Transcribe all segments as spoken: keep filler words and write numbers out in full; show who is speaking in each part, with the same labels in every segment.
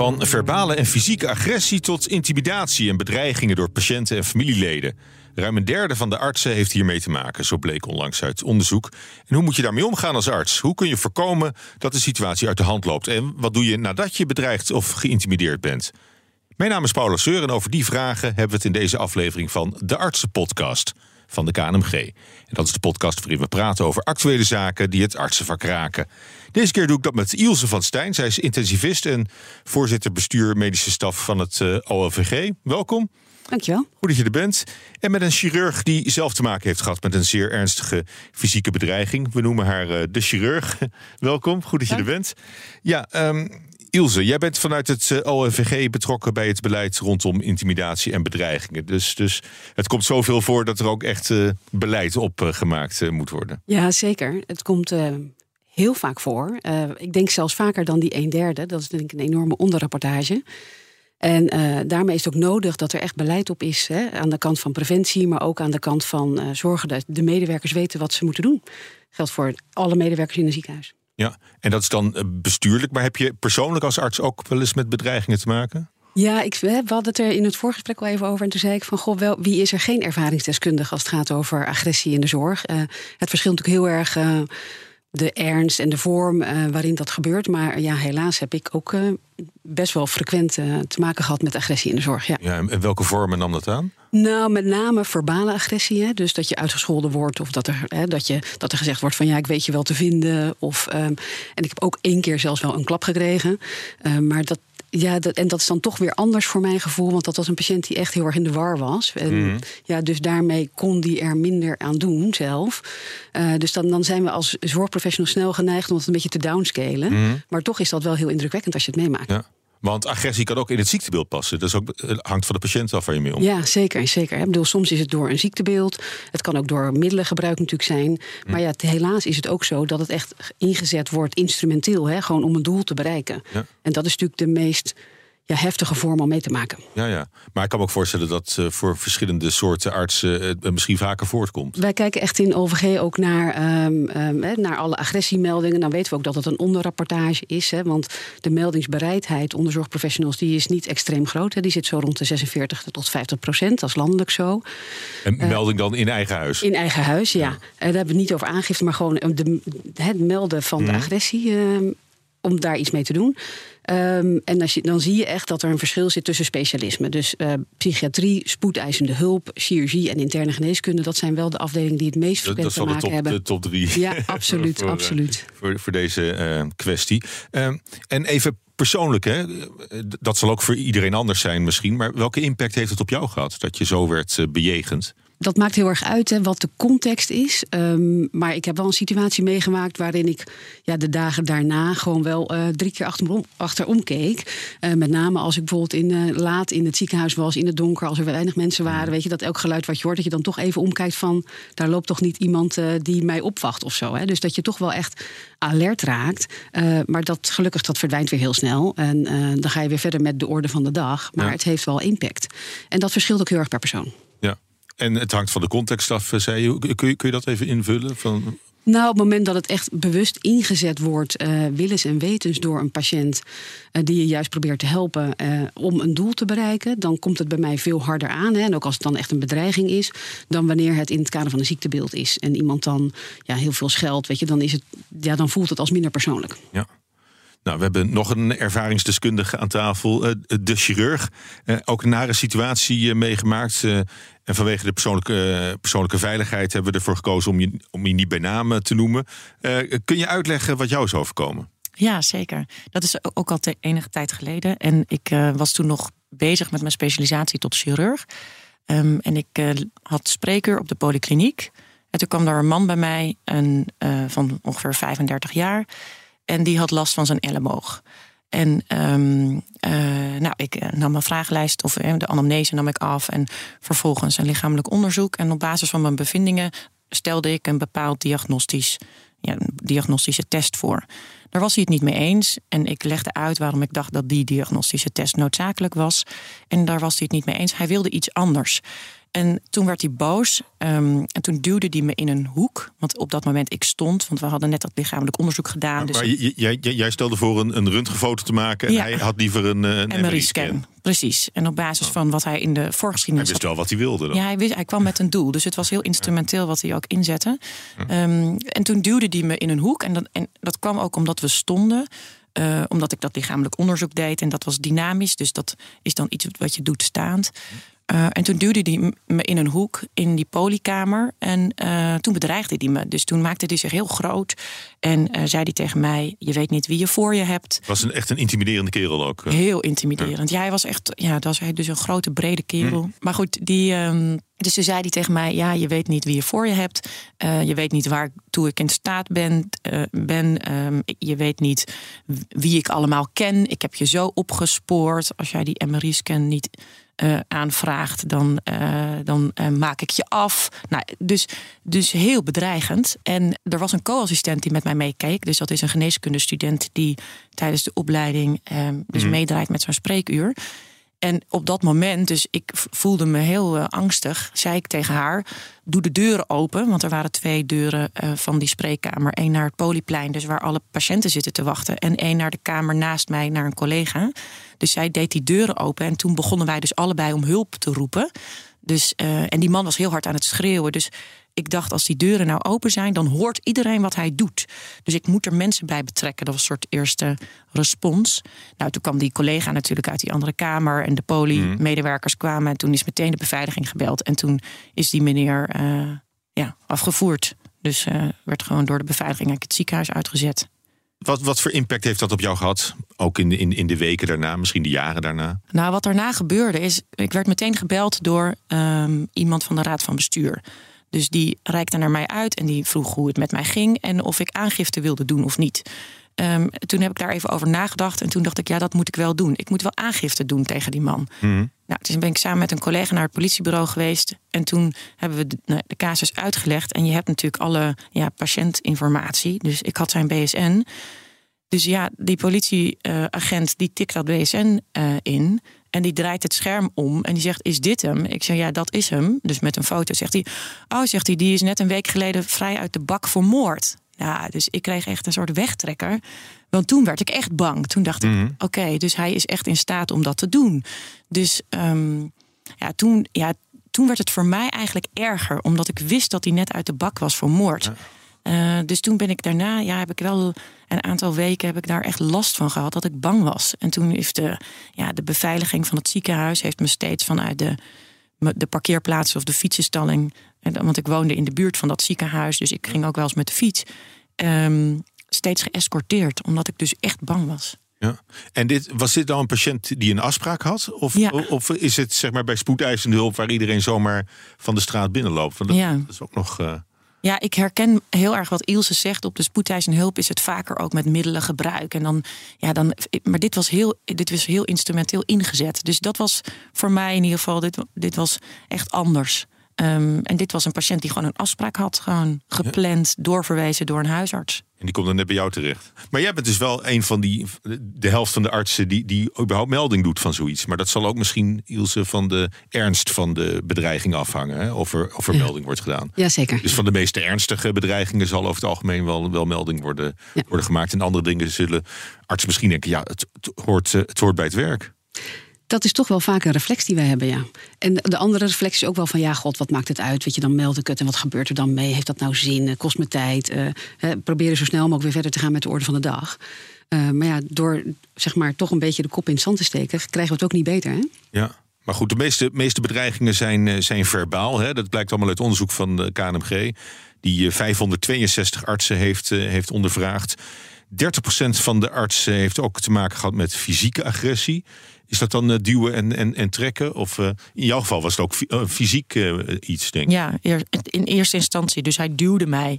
Speaker 1: Van verbale en fysieke agressie tot intimidatie en bedreigingen door patiënten en familieleden. Ruim een derde van de artsen heeft hiermee te maken, zo bleek onlangs uit onderzoek. En hoe moet je daarmee omgaan als arts? Hoe kun je voorkomen dat de situatie uit de hand loopt? En wat doe je nadat je bedreigd of geïntimideerd bent? Mijn naam is Paul Lasseur en over die vragen hebben we het in deze aflevering van de Artsenpodcast van de K N M G. En dat is de podcast waarin we praten over actuele zaken die het artsenvak raken. Deze keer doe ik dat met Ilse van Stijn. Zij is intensivist en voorzitter bestuur medische staf van het uh, O L V G. Welkom.
Speaker 2: Dankjewel.
Speaker 1: Goed dat je er bent. En met een chirurg die zelf te maken heeft gehad met een zeer ernstige fysieke bedreiging. We noemen haar uh, de chirurg. Welkom, goed dat je ja. er bent. Ja, um, Ilse, jij bent vanuit het uh, O L V G betrokken bij het beleid rondom intimidatie en bedreigingen. Dus, dus het komt zoveel voor dat er ook echt uh, beleid op uh, gemaakt uh, moet worden.
Speaker 2: Ja, zeker. Het komt uh, heel vaak voor. Uh, ik denk zelfs vaker dan die een derde. Dat is denk ik een enorme onderrapportage. En uh, daarmee is het ook nodig dat er echt beleid op is. Hè, aan de kant van preventie, maar ook aan de kant van uh, zorgen dat de medewerkers weten wat ze moeten doen. Dat geldt voor alle medewerkers in een ziekenhuis.
Speaker 1: Ja, en dat is dan bestuurlijk. Maar heb je persoonlijk als arts ook wel eens met bedreigingen te maken?
Speaker 2: Ja, ik, we hadden het er in het voorgesprek al even over. En toen zei ik van, goh, wel, wie is er geen ervaringsdeskundige als het gaat over agressie in de zorg? Uh, het verschilt natuurlijk heel erg uh, de ernst en de vorm uh, waarin dat gebeurt. Maar ja, helaas heb ik ook uh, best wel frequent uh, te maken gehad met agressie in de zorg. Ja.
Speaker 1: Ja, en welke vormen nam dat aan?
Speaker 2: Nou, met name verbale agressie. Hè? Dus dat je uitgescholden wordt of dat er, hè, dat je, dat er gezegd wordt van ja, ik weet je wel te vinden. Of, um, en ik heb ook één keer zelfs wel een klap gekregen. Uh, maar dat, ja, dat, en dat is dan toch weer anders voor mijn gevoel. Want dat was een patiënt die echt heel erg in de war was. En, mm. ja, dus daarmee kon die er minder aan doen zelf. Uh, dus dan, dan zijn we als zorgprofessional snel geneigd om het een beetje te downscalen. Mm. Maar toch is dat wel heel indrukwekkend als je het meemaakt.
Speaker 1: Ja. Want agressie kan ook in het ziektebeeld passen. Dat is ook, hangt van de patiënt af waar je mee om.
Speaker 2: Ja, zeker. zeker. Ik bedoel, soms is het door een ziektebeeld. Het kan ook door middelengebruik natuurlijk zijn. Maar ja, helaas is het ook zo dat het echt ingezet wordt instrumenteel. Hè, gewoon om een doel te bereiken. Ja. En dat is natuurlijk de meest ja, heftige vorm om mee te maken.
Speaker 1: Ja, ja. Maar ik kan me ook voorstellen dat uh, voor verschillende soorten artsen het uh, misschien vaker voortkomt.
Speaker 2: Wij kijken echt in O V G ook naar, um, um, he, naar alle agressiemeldingen. Dan weten we ook dat het een onderrapportage is. Hè, want de meldingsbereidheid onder zorgprofessionals die is niet extreem groot. Hè, die zit zo rond de zesenveertig tot vijftig procent. Dat is landelijk zo.
Speaker 1: En melding uh, dan in eigen huis?
Speaker 2: In eigen huis, ja. ja. Uh, daar hebben we het niet over aangifte, maar gewoon de, het melden van mm. de agressie. Uh, om daar iets mee te doen. Um, en als je, dan zie je echt dat er een verschil zit tussen specialismen. Dus uh, psychiatrie, spoedeisende hulp, chirurgie en interne geneeskunde. Dat zijn wel de afdelingen die het meest frequent te maken hebben.
Speaker 1: Dat is wel de top, de top drie.
Speaker 2: Ja, absoluut. voor, absoluut.
Speaker 1: Voor, voor deze uh, kwestie. Um, en even persoonlijk, hè, dat zal ook voor iedereen anders zijn misschien. Maar welke impact heeft het op jou gehad dat je zo werd uh, bejegend?
Speaker 2: Dat maakt heel erg uit hè, wat de context is. Um, maar ik heb wel een situatie meegemaakt waarin ik ja, de dagen daarna gewoon wel uh, drie keer achterom, achterom keek. Uh, met name als ik bijvoorbeeld in, uh, laat in het ziekenhuis was, in het donker, als er weinig mensen waren. Weet je, dat elk geluid wat je hoort, dat je dan toch even omkijkt van daar loopt toch niet iemand uh, die mij opwacht of zo. Hè. Dus dat je toch wel echt alert raakt. Uh, maar dat gelukkig, dat verdwijnt weer heel snel. En uh, dan ga je weer verder met de orde van de dag. Maar ja. het heeft wel impact. En dat verschilt ook heel erg per persoon.
Speaker 1: Ja. En het hangt van de context af, zei je. Kun je, kun je dat even invullen? Van...
Speaker 2: Nou, op het moment dat het echt bewust ingezet wordt, uh, willens en wetens door een patiënt uh, die je juist probeert te helpen uh, om een doel te bereiken, dan komt het bij mij veel harder aan. Hè, en ook als het dan echt een bedreiging is, dan wanneer het in het kader van een ziektebeeld is. En iemand dan ja, heel veel scheldt, weet je, dan, is het, ja, dan voelt het als minder persoonlijk.
Speaker 1: Ja. Nou, we hebben nog een ervaringsdeskundige aan tafel, uh, de chirurg. Uh, ook een nare situatie uh, meegemaakt. Uh, en vanwege de persoonlijke, uh, persoonlijke veiligheid hebben we ervoor gekozen om je, om je niet bij naam te noemen. Uh, kun je uitleggen wat jou is overkomen?
Speaker 3: Ja, zeker. Dat is ook al te enige tijd geleden. En ik uh, was toen nog bezig met mijn specialisatie tot chirurg. Um, en ik uh, had spreekuur op de polykliniek. En toen kwam daar een man bij mij een, uh, van ongeveer vijfendertig jaar... En die had last van zijn elleboog. En um, uh, nou, ik nam mijn vragenlijst, of uh, de anamnese nam ik af. En vervolgens een lichamelijk onderzoek. En op basis van mijn bevindingen stelde ik een bepaald diagnostisch, ja, een diagnostische test voor. Daar was hij het niet mee eens. En ik legde uit waarom ik dacht dat die diagnostische test noodzakelijk was. En daar was hij het niet mee eens. Hij wilde iets anders. En toen werd hij boos. Um, en toen duwde hij me in een hoek. Want op dat moment ik stond. Want we hadden net dat lichamelijk onderzoek gedaan.
Speaker 1: Maar,
Speaker 3: dus
Speaker 1: maar jij, jij, jij stelde voor een, een röntgenfoto te maken. En ja. hij had liever een, een M R I-scan.
Speaker 3: Precies. En op basis van wat hij in de voorgeschiedenis...
Speaker 1: Hij wist wel wat hij wilde dan.
Speaker 3: Ja, hij, wist, hij kwam met een doel. Dus het was heel instrumenteel wat hij ook inzette. Ja. Um, en toen duwde hij me in een hoek. En dat, en dat kwam ook omdat we stonden. Uh, omdat ik dat lichamelijk onderzoek deed. En dat was dynamisch. Dus dat is dan iets wat je doet staand. Uh, en toen duwde hij me in een hoek in die polykamer. En uh, toen bedreigde hij me. Dus toen maakte hij zich heel groot. En uh, zei hij tegen mij, je weet niet wie je voor je hebt.
Speaker 1: Het was een, echt een intimiderende kerel ook.
Speaker 3: Heel intimiderend. Ja, hij was echt, ja, dat was hij dus een grote, brede kerel. Hm. Maar goed, die... Um, Dus toen zei hij tegen mij, ja, je weet niet wie je voor je hebt. Uh, je weet niet waartoe ik in staat ben. Uh, ben um, je weet niet wie ik allemaal ken. Ik heb je zo opgespoord. Als jij die M R I-scan niet uh, aanvraagt, dan, uh, dan uh, maak ik je af. Nou, dus, dus heel bedreigend. En er was een co-assistent die met mij meekeek. Dus dat is een geneeskundestudent die tijdens de opleiding um, dus mm. meedraait met zo'n spreekuur. En op dat moment, dus ik voelde me heel uh, angstig, zei ik tegen haar, doe de deuren open. Want er waren twee deuren uh, van die spreekkamer. Eén naar het Polyplein, dus waar alle patiënten zitten te wachten. En één naar de kamer naast mij, naar een collega. Dus zij deed die deuren open. En toen begonnen wij dus allebei om hulp te roepen. Dus, uh, en die man was heel hard aan het schreeuwen. Dus ik dacht, als die deuren nou open zijn, dan hoort iedereen wat hij doet. Dus ik moet er mensen bij betrekken. Dat was een soort eerste respons. Nou, toen kwam die collega natuurlijk uit die andere kamer. En de poli-medewerkers kwamen. En toen is meteen de beveiliging gebeld. En toen is die meneer uh, ja, afgevoerd. Dus uh, werd gewoon door de beveiliging uit het ziekenhuis uitgezet.
Speaker 1: Wat, wat voor impact heeft dat op jou gehad? Ook in de, in, in de weken daarna, misschien de jaren daarna?
Speaker 3: Nou, wat daarna gebeurde is, ik werd meteen gebeld door um, iemand van de raad van bestuur. Dus die reikte naar mij uit en die vroeg hoe het met mij ging en of ik aangifte wilde doen of niet. Um, toen heb ik daar even over nagedacht en toen dacht ik, ja, dat moet ik wel doen. Ik moet wel aangifte doen tegen die man. Mm-hmm. Nou, toen ben ik samen met een collega naar het politiebureau geweest en toen hebben we de, nou, de casus uitgelegd. En je hebt natuurlijk alle ja, patiëntinformatie. Dus ik had zijn B S N. Dus ja, die politieagent uh, die tikt dat B S N uh, in. En die draait het scherm om en die zegt, is dit hem? Ik zeg, ja, dat is hem. Dus met een foto zegt hij, oh, zegt hij, die is net een week geleden vrij uit de bak voor moord. Ja, dus ik kreeg echt een soort wegtrekker. Want toen werd ik echt bang. Toen dacht mm-hmm. ik, oké, okay, dus hij is echt in staat om dat te doen. Dus um, ja, toen, ja, toen werd het voor mij eigenlijk erger. Omdat ik wist dat hij net uit de bak was voor moord. Ja. Uh, dus toen ben ik daarna, ja, heb ik wel een aantal weken heb ik daar echt last van gehad dat ik bang was. En toen heeft de, ja, de beveiliging van het ziekenhuis heeft me steeds vanuit de, de parkeerplaats of de fietsenstalling, want ik woonde in de buurt van dat ziekenhuis, dus ik ging ook wel eens met de fiets, um, steeds geëscorteerd, omdat ik dus echt bang was.
Speaker 1: Ja. En dit, was dit dan een patiënt die een afspraak had? Of,
Speaker 3: ja.
Speaker 1: of is het zeg maar bij spoedeisende hulp waar iedereen zomaar van de straat binnenloopt? Want dat,
Speaker 3: ja.
Speaker 1: dat is ook nog... Uh...
Speaker 3: Ja, ik herken heel erg wat Ilse zegt. Op de spoedeisende hulp is het vaker ook met middelen gebruik. En dan, ja, dan, maar dit was, heel, dit was heel instrumenteel ingezet. Dus dat was voor mij in ieder geval, dit, dit was echt anders. Um, en dit was een patiënt die gewoon een afspraak had. Gewoon gepland, ja. doorverwezen door een huisarts.
Speaker 1: En die komt dan net bij jou terecht. Maar jij bent dus wel een van die, de helft van de artsen die, die überhaupt melding doet van zoiets. Maar dat zal ook misschien, Ilse, van de ernst van de bedreiging afhangen. Hè? Of er, of er ja. melding wordt gedaan.
Speaker 2: Ja, zeker.
Speaker 1: Dus van de meeste ernstige bedreigingen zal over het algemeen wel, wel melding worden, ja. worden gemaakt. En andere dingen zullen artsen misschien denken, ja, het, het, hoort, het hoort bij het werk.
Speaker 2: Dat is toch wel vaak een reflex die wij hebben, ja. En de andere reflex is ook wel van, ja, god, wat maakt het uit? Weet je, dan meld ik het en wat gebeurt er dan mee? Heeft dat nou zin? Kost me tijd? Uh, he, proberen zo snel mogelijk weer verder te gaan met de orde van de dag. Uh, maar ja, door zeg maar toch een beetje de kop in het zand te steken, krijgen we het ook niet beter, hè?
Speaker 1: Ja. Maar goed, de meeste, meeste bedreigingen zijn, zijn verbaal. Hè? Dat blijkt allemaal uit onderzoek van de K N M G. Die vijfhonderdtweeënzestig artsen heeft, heeft ondervraagd. dertig procent van de artsen heeft ook te maken gehad met fysieke agressie. Is dat dan uh, duwen en, en, en trekken? Of uh, in jouw geval was het ook uh, fysiek uh, iets, denk ik?
Speaker 3: Ja, in eerste instantie. Dus hij duwde mij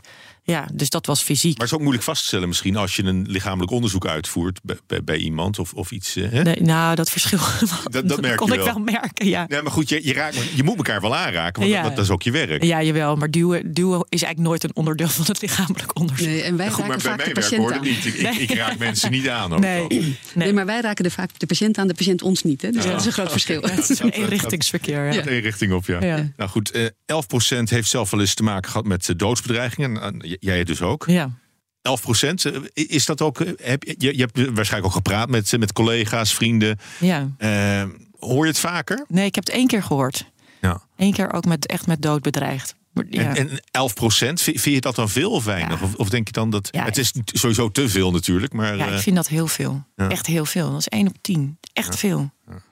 Speaker 3: Ja, dus dat was fysiek.
Speaker 1: Maar het is ook moeilijk vast te stellen misschien als je een lichamelijk onderzoek uitvoert bij, bij, bij iemand of, of iets. Hè?
Speaker 3: Nee, nou, dat verschil
Speaker 1: dat, dat, merk
Speaker 3: kon
Speaker 1: je
Speaker 3: ik
Speaker 1: wel.
Speaker 3: wel merken, ja.
Speaker 1: Nee, maar goed, je, je, raakt, je moet elkaar wel aanraken, want
Speaker 3: Ja.
Speaker 1: dat, dat is ook je werk.
Speaker 3: Ja, jawel, maar duwen, duwen is eigenlijk nooit een onderdeel van het lichamelijk onderzoek.
Speaker 2: Nee, en wij
Speaker 1: Ja, goed,
Speaker 2: raken
Speaker 1: maar bij
Speaker 2: vaak
Speaker 1: mijn
Speaker 2: de
Speaker 1: werk
Speaker 2: patiënt
Speaker 1: hoor
Speaker 2: aan.
Speaker 1: ik niet. Ik, ik, ik raak mensen niet aan. Ook
Speaker 3: Nee.
Speaker 1: al.
Speaker 3: Nee.
Speaker 2: Nee, maar wij raken de, vaak de patiënt aan, de patiënt ons niet. Hè? Dus
Speaker 1: Ja.
Speaker 2: dat is een groot verschil.
Speaker 3: Het is een eenrichtingsverkeer. Ja.
Speaker 1: Gaat één richting op, ja.
Speaker 3: Ja.
Speaker 1: Nou goed, eh, elf procent heeft zelf wel eens te maken gehad met eh, doodsbedreigingen. En, eh, jij dus ook.
Speaker 3: Ja.
Speaker 1: elf procent, eh, is dat ook... eh, Heb je, je hebt waarschijnlijk ook gepraat met, eh, met collega's, vrienden.
Speaker 3: Ja.
Speaker 1: Eh, hoor je het vaker?
Speaker 3: Nee, ik heb het één keer gehoord.
Speaker 1: Ja.
Speaker 3: Eén keer ook met, echt met dood bedreigd. Ja.
Speaker 1: En, en elf procent, vind vind je dat dan veel of weinig?
Speaker 3: Ja.
Speaker 1: Of, of denk je dan dat...
Speaker 3: Ja,
Speaker 1: het is sowieso te veel natuurlijk, maar...
Speaker 3: ja,
Speaker 1: eh,
Speaker 3: ik vind dat heel veel.
Speaker 1: Ja.
Speaker 3: Echt heel veel. Dat is één op tien. Echt
Speaker 1: Ja.
Speaker 3: veel.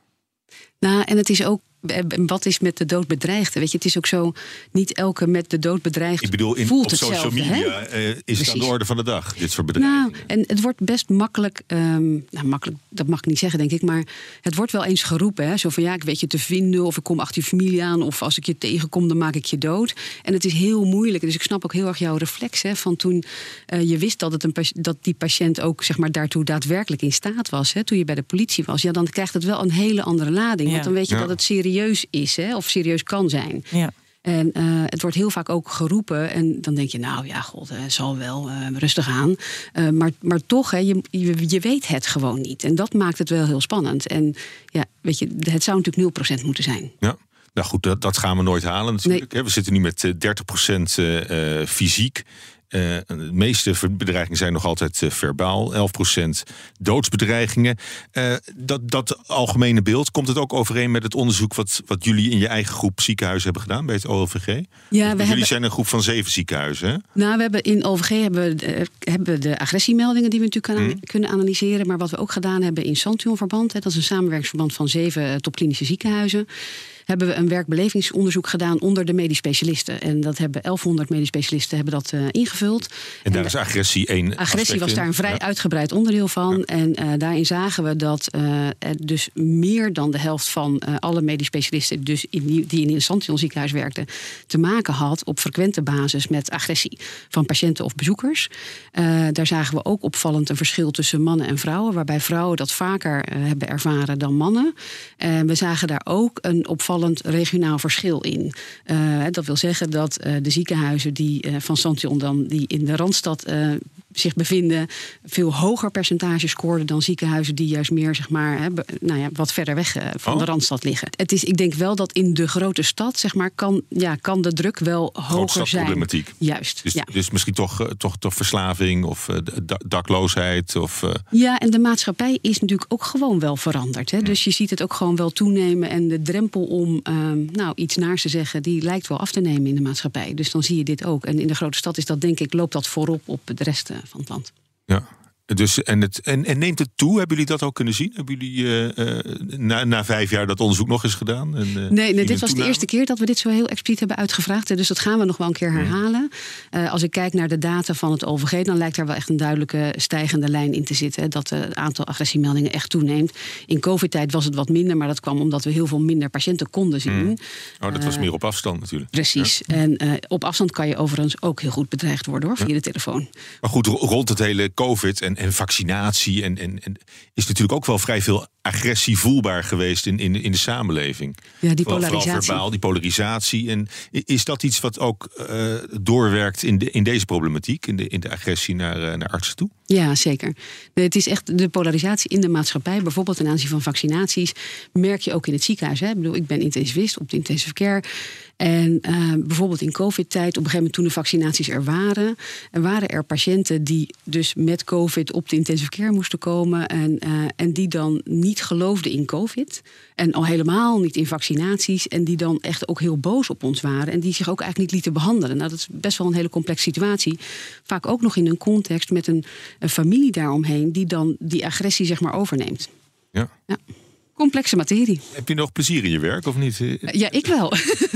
Speaker 2: Nou, en het is ook, wat is met de dood bedreigd? Weet je, het is ook zo, niet elke met de dood bedreigd
Speaker 1: ik bedoel, in,
Speaker 2: voelt
Speaker 1: op social
Speaker 2: hetzelfde.
Speaker 1: media
Speaker 2: Hè?
Speaker 1: eh, is het aan de
Speaker 2: Precies.
Speaker 1: orde van de dag, dit soort bedreigingen.
Speaker 2: Nou, en het wordt best makkelijk, ehm, nou makkelijk, dat mag ik niet zeggen denk ik, maar het wordt wel eens geroepen. Hè? Zo van ja, ik weet je te vinden of ik kom achter je familie aan of als ik je tegenkom dan maak ik je dood. En het is heel moeilijk, dus ik snap ook heel erg jouw reflex hè, van toen uh, je wist dat, het een, dat die patiënt ook zeg maar daartoe daadwerkelijk in staat was. Hè? Toen je bij de politie was, ja dan krijgt het wel een hele andere lading.
Speaker 3: Ja.
Speaker 2: Want dan weet je
Speaker 1: Ja.
Speaker 2: dat het serieus is hè, of serieus kan zijn.
Speaker 3: Ja.
Speaker 2: En uh, het wordt heel vaak ook geroepen. En dan denk je, nou ja, god, uh, zal wel, uh, rustig aan. Uh, maar, maar toch, hè, je, je, je weet het gewoon niet. En dat maakt het wel heel spannend. En ja, weet je, het zou natuurlijk nul procent moeten zijn.
Speaker 1: Ja. Nou goed, dat, dat gaan we nooit halen natuurlijk. Nee. We zitten nu met uh, dertig procent uh, uh, fysiek. Uh, de meeste bedreigingen zijn nog altijd uh, verbaal. elf procent doodsbedreigingen. Uh, dat, dat algemene beeld, komt het ook overeen met het onderzoek... Wat, wat jullie in je eigen groep ziekenhuizen hebben gedaan bij het O L V G? Ja, jullie hebben... zijn een groep van zeven ziekenhuizen, hè?
Speaker 2: Nou, we hebben in O V G hebben we, uh, hebben we de agressiemeldingen... die we natuurlijk kan, hmm. kunnen analyseren. Maar wat we ook gedaan hebben in Santion-verband... Hè, dat is een samenwerkingsverband van zeven uh, topklinische ziekenhuizen... hebben we een werkbelevingsonderzoek gedaan onder de medisch specialisten. En dat hebben elfhonderd medisch specialisten hebben dat uh, ingevuld.
Speaker 1: En daar en is agressie één
Speaker 2: Agressie was daar een vrij
Speaker 1: ja.
Speaker 2: uitgebreid onderdeel van.
Speaker 1: Ja.
Speaker 2: En uh, daarin zagen we dat uh, dus meer dan de helft van uh, alle medisch specialisten... Dus in die, die in een Santion ziekenhuis werkten... te maken had op frequente basis met agressie van patiënten of bezoekers. Uh, daar zagen we ook opvallend een verschil tussen mannen en vrouwen... waarbij vrouwen dat vaker uh, hebben ervaren dan mannen. Uh, we zagen daar ook een opvallend regionaal verschil in. Uh, dat wil zeggen dat uh, de ziekenhuizen die uh, van Santion dan die in de Randstad uh, zich bevinden, veel hoger percentage scoorden dan ziekenhuizen die juist meer zeg maar, hè, nou ja, wat verder weg uh, van oh. de Randstad liggen. Het is, ik denk wel dat in de grote stad zeg maar, kan, ja, kan de druk wel hoger zijn.
Speaker 1: Problematiek.
Speaker 2: Juist.
Speaker 1: Dus,
Speaker 2: ja.
Speaker 1: dus misschien toch, uh, toch, toch verslaving of uh, dakloosheid. Of, uh...
Speaker 2: Ja, en de maatschappij is natuurlijk ook gewoon wel veranderd. Hè? Hmm. Dus je ziet het ook gewoon wel toenemen en de drempel om um, nou, iets naars te zeggen, die lijkt wel af te nemen in de maatschappij. Dus dan zie je dit ook. En in de grote stad is dat, denk ik, loopt dat voorop op de rest uh, van het land.
Speaker 1: Ja. Dus, en, het, en, en neemt het toe? Hebben jullie dat ook kunnen zien? Hebben jullie uh, uh, na, na vijf jaar dat onderzoek nog eens gedaan? En, uh,
Speaker 2: nee, nee dit was de eerste keer dat we dit zo heel expliciet hebben uitgevraagd. Dus dat gaan we nog wel een keer herhalen. Uh, als ik kijk naar de data van het O V G, dan lijkt daar wel echt een duidelijke stijgende lijn in te zitten. Dat uh, het aantal agressiemeldingen echt toeneemt. In COVID-tijd was het wat minder, maar dat kwam omdat we heel veel minder patiënten konden zien.
Speaker 1: Mm. Oh, dat was uh, meer op afstand natuurlijk.
Speaker 2: Precies. Ja. En uh, op afstand kan je overigens ook heel goed bedreigd worden hoor, via ja. de telefoon.
Speaker 1: Maar goed, rond het hele COVID en en vaccinatie en, en, en is natuurlijk ook wel vrij veel agressie voelbaar geweest in, in, in de samenleving.
Speaker 2: Ja, die
Speaker 1: vooral,
Speaker 2: polarisatie.
Speaker 1: Vooral verbaal, die polarisatie. En is dat iets wat ook uh, doorwerkt in, de, in deze problematiek, in de, in de agressie naar, uh, naar artsen toe?
Speaker 2: Ja, zeker. Het is echt de polarisatie in de maatschappij, bijvoorbeeld ten aanzien van vaccinaties, merk je ook in het ziekenhuis. Hè? Ik bedoel, ik ben intensivist op de intensive care. En uh, bijvoorbeeld in COVID-tijd, op een gegeven moment toen de vaccinaties er waren, er waren er patiënten die dus met COVID op de intensive care moesten komen en, uh, en die dan niet geloofden in COVID en al helemaal niet in vaccinaties en die dan echt ook heel boos op ons waren en die zich ook eigenlijk niet lieten behandelen. Nou, dat is best wel een hele complexe situatie. Vaak ook nog in een context met een, een familie daaromheen die dan die agressie zeg maar overneemt.
Speaker 1: Ja.
Speaker 2: Ja. Complexe materie.
Speaker 1: Heb je nog plezier in je werk of niet?
Speaker 2: Ja, ik wel.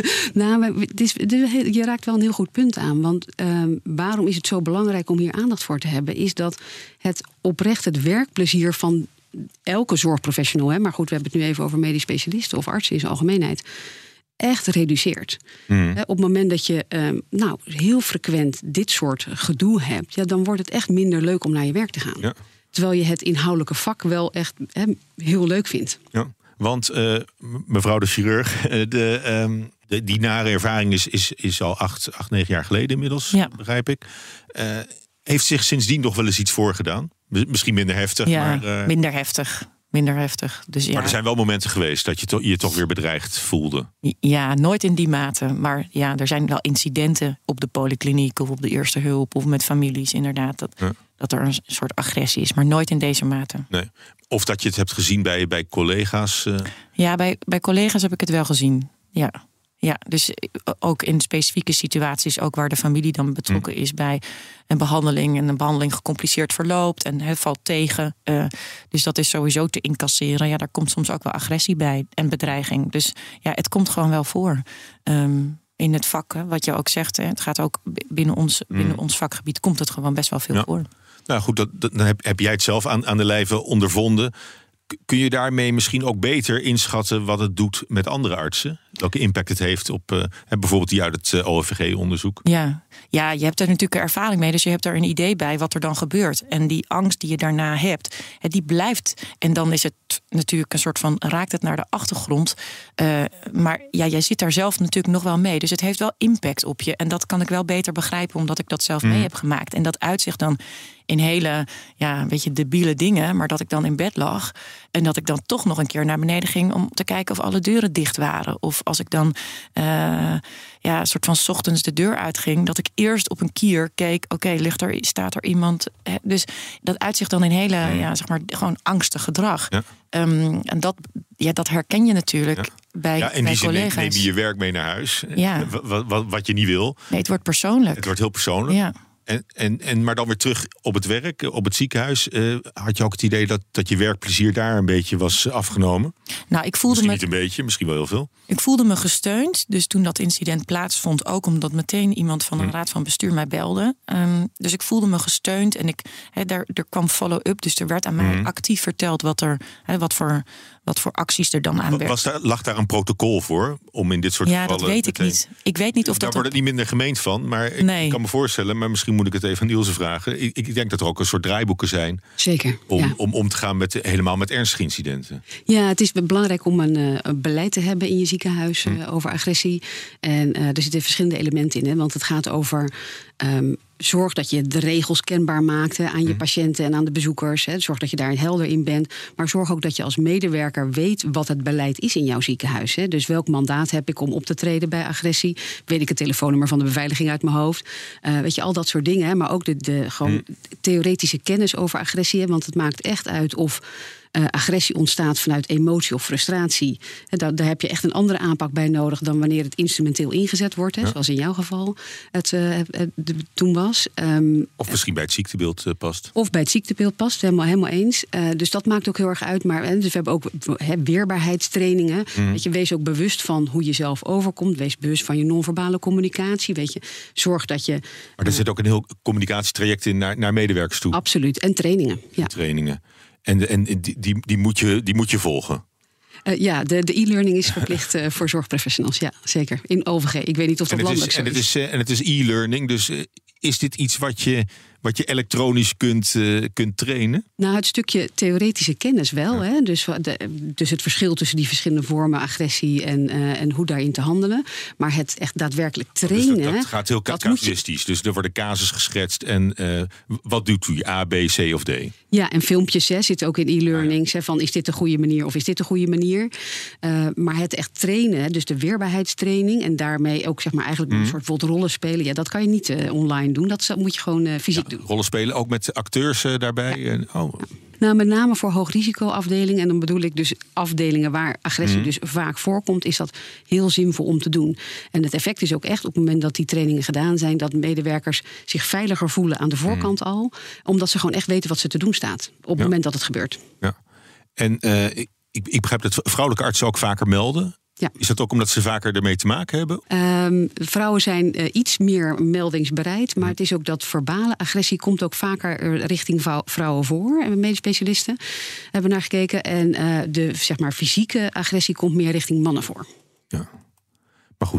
Speaker 2: nou, het is, je raakt wel een heel goed punt aan. Want um, waarom is het zo belangrijk om hier aandacht voor te hebben? Is dat het oprecht het werkplezier van elke zorgprofessional, hè, maar goed, we hebben het nu even over medisch specialisten of artsen in zijn algemeenheid, echt reduceert.
Speaker 1: Mm.
Speaker 2: Op het moment dat je um, nou, heel frequent dit soort gedoe hebt, ja, dan wordt het echt minder leuk om naar je werk te gaan.
Speaker 1: Ja.
Speaker 2: Terwijl je het inhoudelijke vak wel echt he, heel leuk vindt.
Speaker 1: Ja, want uh, mevrouw de chirurg, de, um, de, die nare ervaring is, is, is al acht, acht, negen jaar geleden inmiddels, ja. begrijp ik. Uh, heeft zich sindsdien nog wel eens iets voorgedaan? Misschien minder heftig.
Speaker 3: Ja,
Speaker 1: maar, uh,
Speaker 3: minder heftig. Minder heftig. Dus ja.
Speaker 1: Maar er zijn wel momenten geweest dat je to- je toch weer bedreigd voelde.
Speaker 3: Ja, nooit in die mate. Maar ja, er zijn wel incidenten op de polykliniek of op de eerste hulp of met families inderdaad. Dat, ja. dat er een soort agressie is, maar nooit in deze mate.
Speaker 1: Nee. Of dat je het hebt gezien bij, bij collega's? Uh...
Speaker 3: Ja, bij, bij collega's heb ik het wel gezien. Ja. Ja, dus ook in specifieke situaties, ook waar de familie dan betrokken mm. is bij een behandeling en een behandeling gecompliceerd verloopt en het valt tegen. Uh, dus dat is sowieso te incasseren. Ja, daar komt soms ook wel agressie bij en bedreiging. Dus ja, het komt gewoon wel voor. Um, in het vak, hè, wat je ook zegt, hè, het gaat ook binnen ons, mm. binnen ons vakgebied komt het gewoon best wel veel ja. voor.
Speaker 1: Nou goed, dat, dat, dan heb, heb jij het zelf aan, aan de lijve ondervonden. Kun je daarmee misschien ook beter inschatten wat het doet met andere artsen? Welke impact het heeft op uh, bijvoorbeeld die uit het uh, O V G-onderzoek?
Speaker 3: Ja. ja, je hebt er natuurlijk ervaring mee, dus je hebt er een idee bij wat er dan gebeurt. En die angst die je daarna hebt, die blijft. En dan is het natuurlijk een soort van, raakt het naar de achtergrond. Uh, maar ja, jij zit daar zelf natuurlijk nog wel mee. Dus het heeft wel impact op je. En dat kan ik wel beter begrijpen, omdat ik dat zelf mm. mee heb gemaakt. En dat uitzicht dan in hele, ja, een beetje debiele dingen. Maar dat ik dan in bed lag en dat ik dan toch nog een keer naar beneden ging om te kijken of alle deuren dicht waren. Of als ik dan uh, ja, een soort van 's ochtends de deur uitging, dat ik eerst op een kier keek. Oké, okay, ligt er, staat er iemand? Dus dat uitzicht dan in hele, ja. Ja, zeg maar, gewoon angstig gedrag. Ja. Um, en dat, ja, dat herken je natuurlijk ja. bij,
Speaker 1: ja, en
Speaker 3: bij
Speaker 1: die
Speaker 3: collega's.
Speaker 1: Neem je je werk mee naar huis.
Speaker 3: Ja.
Speaker 1: Wat, wat, wat je niet wil.
Speaker 3: Nee, het wordt persoonlijk.
Speaker 1: Het wordt heel persoonlijk.
Speaker 3: Ja.
Speaker 1: En, en, en, maar dan weer terug op het werk, op het ziekenhuis. Uh, had je ook het idee dat, dat je werkplezier daar een beetje was afgenomen?
Speaker 3: Nou, ik voelde
Speaker 1: misschien
Speaker 3: me,
Speaker 1: niet een beetje, misschien wel heel veel.
Speaker 3: Ik voelde me gesteund. Dus toen dat incident plaatsvond, ook omdat meteen iemand van een hmm. raad van bestuur mij belde. Um, dus ik voelde me gesteund en ik, he, daar, er kwam follow-up. Dus er werd aan mij hmm. actief verteld wat, er, he, wat, voor, wat voor acties er dan aan werd.
Speaker 1: Was daar, lag daar een protocol voor om in dit soort
Speaker 3: ja,
Speaker 1: gevallen?
Speaker 3: Ja, dat weet ik niet. Ik weet niet of
Speaker 1: daar
Speaker 3: dat
Speaker 1: wordt het niet minder gemeend van. Maar ik
Speaker 3: nee.
Speaker 1: kan me voorstellen, maar misschien moet ik het even aan Ilse vragen. Ik, ik denk dat er ook een soort draaiboeken zijn.
Speaker 2: Zeker.
Speaker 1: Om,
Speaker 2: ja.
Speaker 1: om om te gaan met helemaal met ernstige incidenten.
Speaker 2: Ja, het is belangrijk om een, uh, een beleid te hebben in je ziekenhuis uh, hm. over agressie. En uh, er zitten verschillende elementen in. Hè, want het gaat over Um, zorg dat je de regels kenbaar maakt aan je mm. patiënten en aan de bezoekers. Hè. Zorg dat je daar helder in bent. Maar zorg ook dat je als medewerker weet wat het beleid is in jouw ziekenhuis. Hè. Dus welk mandaat heb ik om op te treden bij agressie? Weet ik het telefoonnummer van de beveiliging uit mijn hoofd? Uh, weet je, al dat soort dingen. Hè. Maar ook de, de gewoon mm. theoretische kennis over agressie. Hè. Want het maakt echt uit of Uh, agressie ontstaat vanuit emotie of frustratie. En daar, daar heb je echt een andere aanpak bij nodig dan wanneer het instrumenteel ingezet wordt. Hè, ja. Zoals in jouw geval het, uh, het de, toen was. Um,
Speaker 1: of misschien bij het ziektebeeld uh, past.
Speaker 2: Of bij het ziektebeeld past, helemaal, helemaal eens. Uh, dus dat maakt ook heel erg uit. Maar hè, dus we hebben ook hè, weerbaarheidstrainingen. Mm. Weet je, wees ook bewust van hoe je zelf overkomt. Wees bewust van je non-verbale communicatie. Weet je, zorg dat je.
Speaker 1: Maar er uh, zit ook een heel communicatietraject in naar, naar medewerkers toe.
Speaker 2: Absoluut. En trainingen. Ja.
Speaker 1: En trainingen. En, en die, die, die, moet je, die moet je volgen?
Speaker 2: Uh, ja, de, de e-learning is verplicht uh, voor zorgprofessionals. Ja, zeker. In O V G. Ik weet niet of dat landelijk zo
Speaker 1: is. En het is,
Speaker 2: is.
Speaker 1: Uh, en het is e-learning, dus uh, is dit iets wat je, wat je elektronisch kunt, uh, kunt trainen?
Speaker 2: Nou, het stukje theoretische kennis wel. Ja. Hè? Dus, de, dus het verschil tussen die verschillende vormen agressie en, uh, en hoe daarin te handelen. Maar het echt daadwerkelijk trainen.
Speaker 1: Dus dat, dat gaat heel casuïstisch. Dus er worden casus geschetst. En uh, wat doet u? A, B, C of D?
Speaker 2: Ja, en filmpjes hè, zitten ook in e-learnings. Hè, van is dit de goede manier of is dit de goede manier? Uh, maar het echt trainen, dus de weerbaarheidstraining. En daarmee ook zeg maar eigenlijk mm. een soort bijvoorbeeld rollen spelen. Ja, dat kan je niet uh, online doen. Dat moet je gewoon uh, fysiek ja, doen.
Speaker 1: Rollen spelen ook met acteurs uh, daarbij?
Speaker 2: Ja.
Speaker 1: En, oh.
Speaker 2: Ja. Nou, met name voor hoogrisicoafdelingen. En dan bedoel ik dus afdelingen waar agressie mm. dus vaak voorkomt. Is dat heel zinvol om te doen. En het effect is ook echt op het moment dat die trainingen gedaan zijn. Dat medewerkers zich veiliger voelen aan de voorkant mm. al. Omdat ze gewoon echt weten wat ze te doen staat. Op het ja. moment dat het gebeurt.
Speaker 1: Ja. En uh, ik, ik begrijp dat vrouwelijke artsen ook vaker melden. Ja. Is dat ook omdat ze vaker ermee te maken hebben?
Speaker 2: Um, vrouwen zijn uh, iets meer meldingsbereid. Maar ja. het is ook dat verbale agressie komt ook vaker richting vou- vrouwen voor. En medisch specialisten hebben naar gekeken. En uh, de zeg maar, fysieke agressie komt meer richting mannen voor.
Speaker 1: Ja.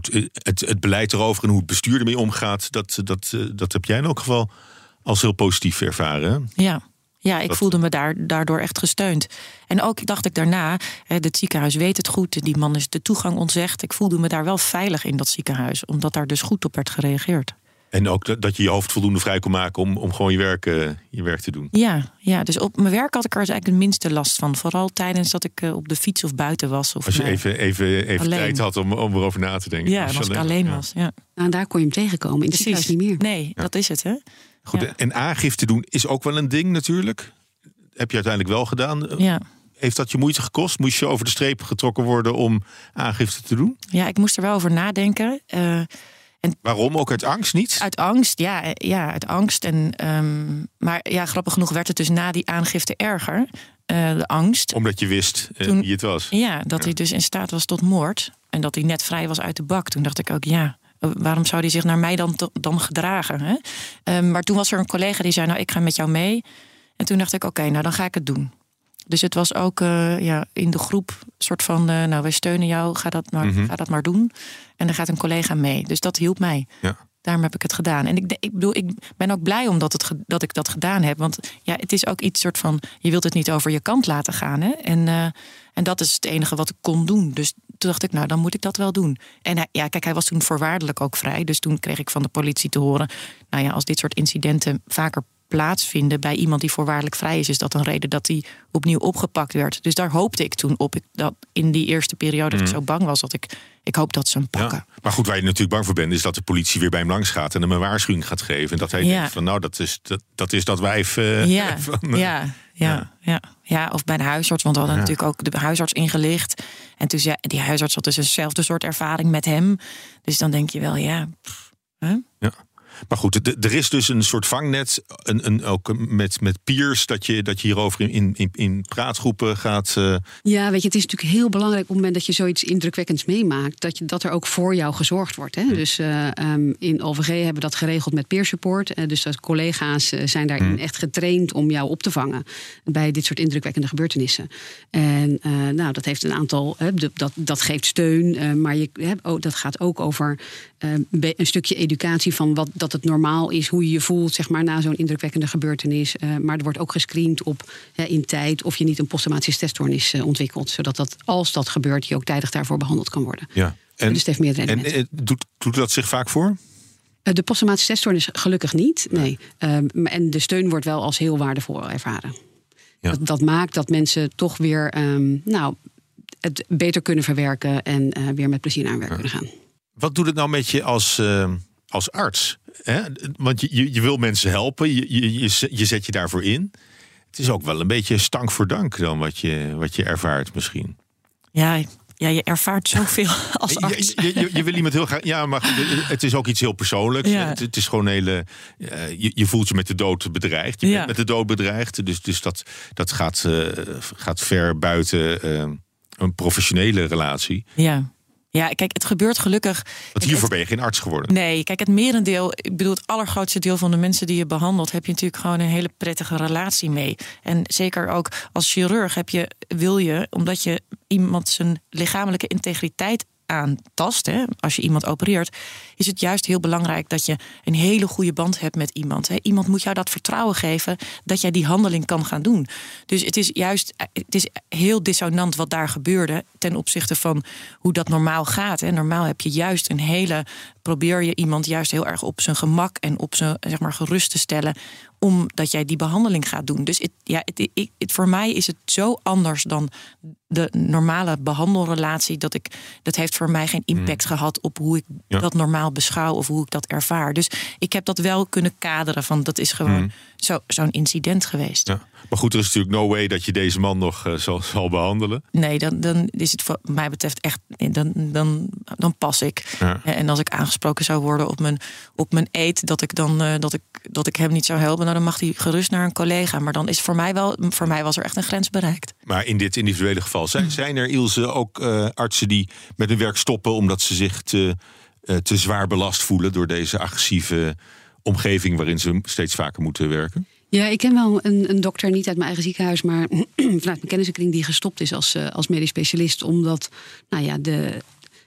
Speaker 1: goed, het, het beleid erover en hoe het bestuur ermee omgaat, dat, dat, dat heb jij in elk geval als heel positief ervaren. Hè?
Speaker 3: Ja. Ja, ik
Speaker 1: dat...
Speaker 3: voelde me daar, daardoor echt gesteund. En ook dacht ik daarna, het ziekenhuis weet het goed, die man is de toegang ontzegd. Ik voelde me daar wel veilig in dat ziekenhuis, omdat daar dus goed op werd gereageerd.
Speaker 1: En ook dat je je hoofd voldoende vrij kon maken om, om gewoon je werk, uh, je werk te doen.
Speaker 3: Ja, ja, dus op mijn werk had ik er eigenlijk de minste last van. Vooral tijdens dat ik uh, op de fiets of buiten was. Of
Speaker 1: als je even, even, even tijd had om, om erover na te denken.
Speaker 3: Ja, als, als ik alleen, alleen was. Ja.
Speaker 2: Nou, daar kon je hem tegenkomen. In het ziekenhuis niet meer.
Speaker 3: Nee, ja. Dat is het, hè.
Speaker 1: Goed, ja. En aangifte doen is ook wel een ding natuurlijk. Heb je uiteindelijk wel gedaan.
Speaker 3: Ja.
Speaker 1: Heeft dat je moeite gekost? Moest je over de streep getrokken worden om aangifte te doen?
Speaker 3: Ja, ik moest er wel over nadenken. Uh,
Speaker 1: En waarom? Ook uit angst niet?
Speaker 3: Uit angst, ja, ja uit angst. En, um, maar ja, grappig genoeg werd het dus na die aangifte erger. Uh, de angst.
Speaker 1: Omdat je wist uh,
Speaker 3: Toen,
Speaker 1: wie het was.
Speaker 3: Ja, dat ja. hij dus in staat was tot moord. En dat hij net vrij was uit de bak. Toen dacht ik ook, ja, waarom zou hij zich naar mij dan, dan gedragen? Hè? Um, maar toen was er een collega die zei, nou, ik ga met jou mee. En toen dacht ik, oké, okay, nou, dan ga ik het doen. Dus het was ook uh, ja, in de groep soort van, uh, nou, wij steunen jou, ga dat, maar, mm-hmm. ga dat maar doen. En dan gaat een collega mee. Dus dat hielp mij. Ja. Daarom heb ik het gedaan. En ik, ik bedoel, ik ben ook blij omdat het, dat ik dat gedaan heb. Want ja, het is ook iets soort van, je wilt het niet over je kant laten gaan. Hè? En, uh, en dat is het enige wat ik kon doen. Dus toen dacht ik, nou, dan moet ik dat wel doen. En hij, ja, kijk, hij was toen voorwaardelijk ook vrij. Dus toen kreeg ik van de politie te horen, nou ja, als dit soort incidenten vaker plaatsvinden bij iemand die voorwaardelijk vrij is, is dat een reden dat hij opnieuw opgepakt werd. Dus daar hoopte ik toen op. Ik, dat in die eerste periode dat mm. ik zo bang was, dat ik, ik hoop dat ze hem pakken.
Speaker 1: Ja, maar goed, waar je natuurlijk bang voor bent, is dat de politie weer bij hem langs gaat en hem een waarschuwing gaat geven. En dat hij ja. denkt van, nou, dat is dat, dat, is dat wijf. Uh,
Speaker 3: ja.
Speaker 1: van,
Speaker 3: uh, ja, ja, ja, ja. Ja, of bij de huisarts, want we hadden ja. natuurlijk ook de huisarts ingelicht. En toen zei die huisarts had dus eenzelfde soort ervaring met hem. Dus dan denk je wel, ja. Pff, huh?
Speaker 1: Ja. Maar goed, d- er is dus een soort vangnet, een, een, ook met, met peers, dat je, dat je hierover in, in, in praatgroepen gaat. Uh...
Speaker 2: Ja, weet je, het is natuurlijk heel belangrijk op het moment dat je zoiets indrukwekkends meemaakt, dat, je, dat er ook voor jou gezorgd wordt. Hè? Hmm. Dus uh, um, in O V G hebben we dat geregeld met peer support. Uh, dus dat collega's uh, zijn daarin hmm. echt getraind om jou op te vangen bij dit soort indrukwekkende gebeurtenissen. En uh, nou, dat heeft een aantal, uh, dat, dat geeft steun, uh, maar je, uh, oh, dat gaat ook over uh, een stukje educatie van wat dat het normaal is, hoe je je voelt, zeg maar, na zo'n indrukwekkende gebeurtenis. Uh, maar er wordt ook gescreend op uh, in tijd of je niet een posttraumatische stressstoornis uh, ontwikkelt, zodat dat, als dat gebeurt, je ook tijdig daarvoor behandeld kan worden.
Speaker 1: Ja. En,
Speaker 2: dus het heeft meerdere
Speaker 1: elementen. En uh, doet, doet dat zich vaak voor?
Speaker 2: Uh, de posttraumatische stressstoornis gelukkig niet, nee. Uh, en de steun wordt wel als heel waardevol ervaren. Ja. Dat, dat maakt dat mensen toch weer um, nou, het beter kunnen verwerken en uh, weer met plezier naar hun werk ja. kunnen gaan.
Speaker 1: Wat doet het nou met je als, uh, als arts? Hè? Want je, je, je wil mensen helpen, je, je, je zet je daarvoor in. Het is ook wel een beetje stank voor dank dan wat je, wat je ervaart misschien.
Speaker 3: Ja, ja, je ervaart zoveel als arts.
Speaker 1: Je, je, je, je wil iemand heel graag. Ja, maar het is ook iets heel persoonlijks. Ja. Het, het is gewoon hele. Uh, je, je voelt je met de dood bedreigd. Je ja. bent met de dood bedreigd. Dus, dus dat, dat gaat, uh, gaat ver buiten uh, een professionele relatie.
Speaker 3: Ja. Ja, kijk, het gebeurt gelukkig.
Speaker 1: Want hiervoor ben je geen arts geworden.
Speaker 3: Nee, kijk, het merendeel, ik bedoel, het allergrootste deel van de mensen die je behandelt, heb je natuurlijk gewoon een hele prettige relatie mee. En zeker ook als chirurg heb je, wil je, omdat je iemand zijn lichamelijke integriteit aantast, hè, als je iemand opereert, is het juist heel belangrijk dat je een hele goede band hebt met iemand. Hè. Iemand moet jou dat vertrouwen geven dat jij die handeling kan gaan doen. Dus het is juist, het is heel dissonant wat daar gebeurde ten opzichte van hoe dat normaal gaat. Hè. Normaal heb je juist een hele, probeer je iemand juist heel erg op zijn gemak en op zijn, zeg maar, gerust te stellen, omdat jij die behandeling gaat doen. Dus het, ja, het, het, het, voor mij is het zo anders dan de normale behandelrelatie, dat ik, dat heeft voor mij geen impact mm. gehad op hoe ik ja. dat normaal beschouw of hoe ik dat ervaar. Dus ik heb dat wel kunnen kaderen van, dat is gewoon mm. zo, zo'n incident geweest. Ja.
Speaker 1: Maar goed, er is natuurlijk no way dat je deze man nog uh, zal, zal behandelen.
Speaker 3: Nee, dan, dan is het wat mij betreft echt, dan, dan, dan pas ik. Ja. En als ik aangesproken zou worden op mijn, op mijn eet, dat ik dan uh, dat ik, dat ik hem niet zou helpen, nou, dan mag hij gerust naar een collega. Maar dan is voor mij wel, voor mij was er echt een grens bereikt.
Speaker 1: Maar in dit individuele geval, zijn, zijn er, Ilse, ook uh, artsen die met hun werk stoppen omdat ze zich te, uh, te zwaar belast voelen door deze agressieve omgeving waarin ze steeds vaker moeten werken?
Speaker 2: Ja, ik ken wel een, een dokter, niet uit mijn eigen ziekenhuis, maar vanuit mijn kennissenkring, die gestopt is als, uh, als medisch specialist, omdat, nou ja, de,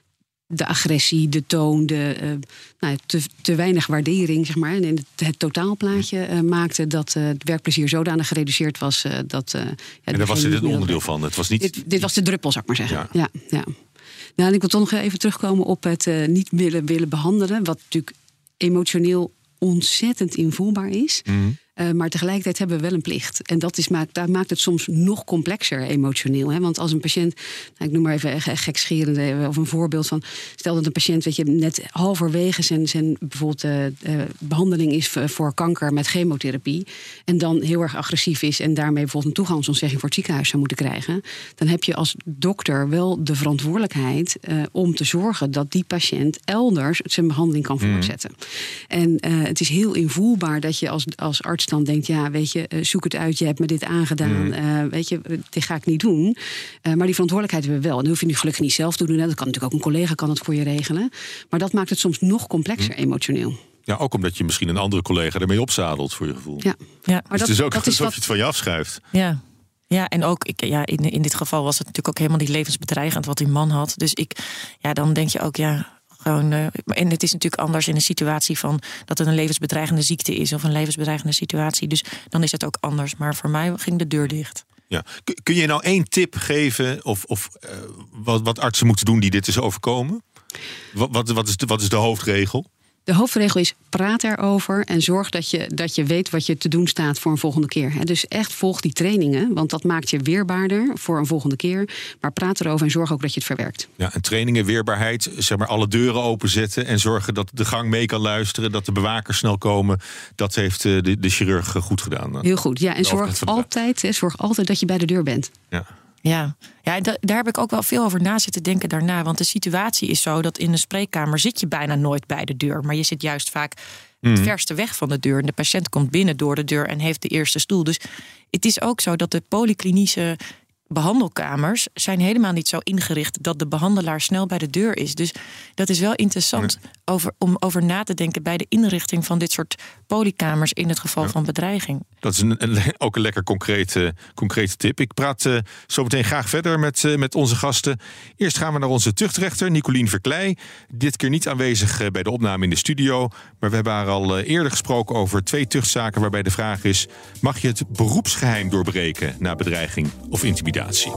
Speaker 2: de agressie, de toon, de, uh, nou, te, te weinig waardering, zeg maar. En het, het totaalplaatje uh, maakte dat uh, het werkplezier zodanig gereduceerd was uh, dat. Uh, ja,
Speaker 1: en daar was dit een onderdeel van. Het was niet.
Speaker 2: Dit, dit was de druppel, zou ik maar zeggen.
Speaker 1: Ja.
Speaker 2: Ja, ja. Nou, en ik wil toch nog even terugkomen op het uh, niet willen, willen behandelen, wat natuurlijk emotioneel ontzettend invoelbaar is. Mm. Uh, maar tegelijkertijd hebben we wel een plicht. En dat is, maakt, dat maakt het soms nog complexer emotioneel. Hè? Want als een patiënt, nou, ik noem maar even gekscherend of een voorbeeld van, stel dat een patiënt, weet je, net halverwege zijn, zijn bijvoorbeeld uh, uh, behandeling is voor kanker met chemotherapie en dan heel erg agressief is en daarmee bijvoorbeeld een toegangsontzegging voor het ziekenhuis zou moeten krijgen, dan heb je als dokter wel de verantwoordelijkheid uh, om te zorgen dat die patiënt elders zijn behandeling kan voortzetten. Mm. En uh, het is heel invoelbaar dat je als, als arts dan denkt, ja, weet je, zoek het uit, je hebt me dit aangedaan, mm. uh, weet je, dit ga ik niet doen. Uh, maar die verantwoordelijkheid hebben we wel. En dat hoef je nu gelukkig niet zelf te doen. Hè. Dat kan natuurlijk ook een collega kan het voor je regelen. Maar dat maakt het soms nog complexer mm. emotioneel.
Speaker 1: Ja, ook omdat je misschien een andere collega ermee opzadelt voor je gevoel.
Speaker 2: Ja,
Speaker 1: ja.
Speaker 2: Maar
Speaker 1: dus
Speaker 2: dat,
Speaker 1: het is ook
Speaker 2: dat
Speaker 1: alsof
Speaker 2: is wat...
Speaker 1: je het van je afschuift.
Speaker 3: Ja. Ja, en ook ik, ja, in, in dit geval was het natuurlijk ook helemaal niet levensbedreigend wat die man had. Dus ik, ja, dan denk je ook, ja, gewoon. Uh, en het is natuurlijk anders in een situatie van dat het een levensbedreigende ziekte is of een levensbedreigende situatie. Dus dan is het ook anders. Maar voor mij ging de deur dicht.
Speaker 1: Ja. Kun je nou één tip geven of, of uh, wat, wat artsen moeten doen die dit is overkomen? Wat, wat, wat, is de, wat is de hoofdregel?
Speaker 2: De hoofdregel is, praat erover en zorg dat je, dat je weet wat je te doen staat voor een volgende keer. He, dus echt volg die trainingen, want dat maakt je weerbaarder voor een volgende keer. Maar praat erover en zorg ook dat je het verwerkt. Ja,
Speaker 1: en trainingen, weerbaarheid, zeg maar alle deuren openzetten en zorgen dat de gang mee kan luisteren, dat de bewakers snel komen. Dat heeft de, de chirurg goed gedaan.
Speaker 2: Heel goed, ja. En zorg altijd, he, zorg altijd dat je bij de deur bent.
Speaker 1: Ja.
Speaker 3: Ja, ja da- daar heb ik ook wel veel over na zitten denken daarna. Want de situatie is zo dat in een spreekkamer zit je bijna nooit bij de deur. Maar je zit juist vaak mm. het verste weg van de deur. En de patiënt komt binnen door de deur en heeft de eerste stoel. Dus het is ook zo dat de polyklinische behandelkamers zijn helemaal niet zo ingericht dat de behandelaar snel bij de deur is. Dus dat is wel interessant nee. over, om over na te denken bij de inrichting van dit soort polykamers in het geval ja. van bedreiging.
Speaker 1: Dat is een, een, ook een lekker concrete, concrete tip. Ik praat uh, zo meteen graag verder met, uh, met onze gasten. Eerst gaan we naar onze tuchtrechter, Nicolien Verkleij. Dit keer niet aanwezig uh, bij de opname in de studio. Maar we hebben haar al uh, eerder gesproken over twee tuchtzaken waarbij de vraag is: mag je het beroepsgeheim doorbreken na bedreiging of intimidatie?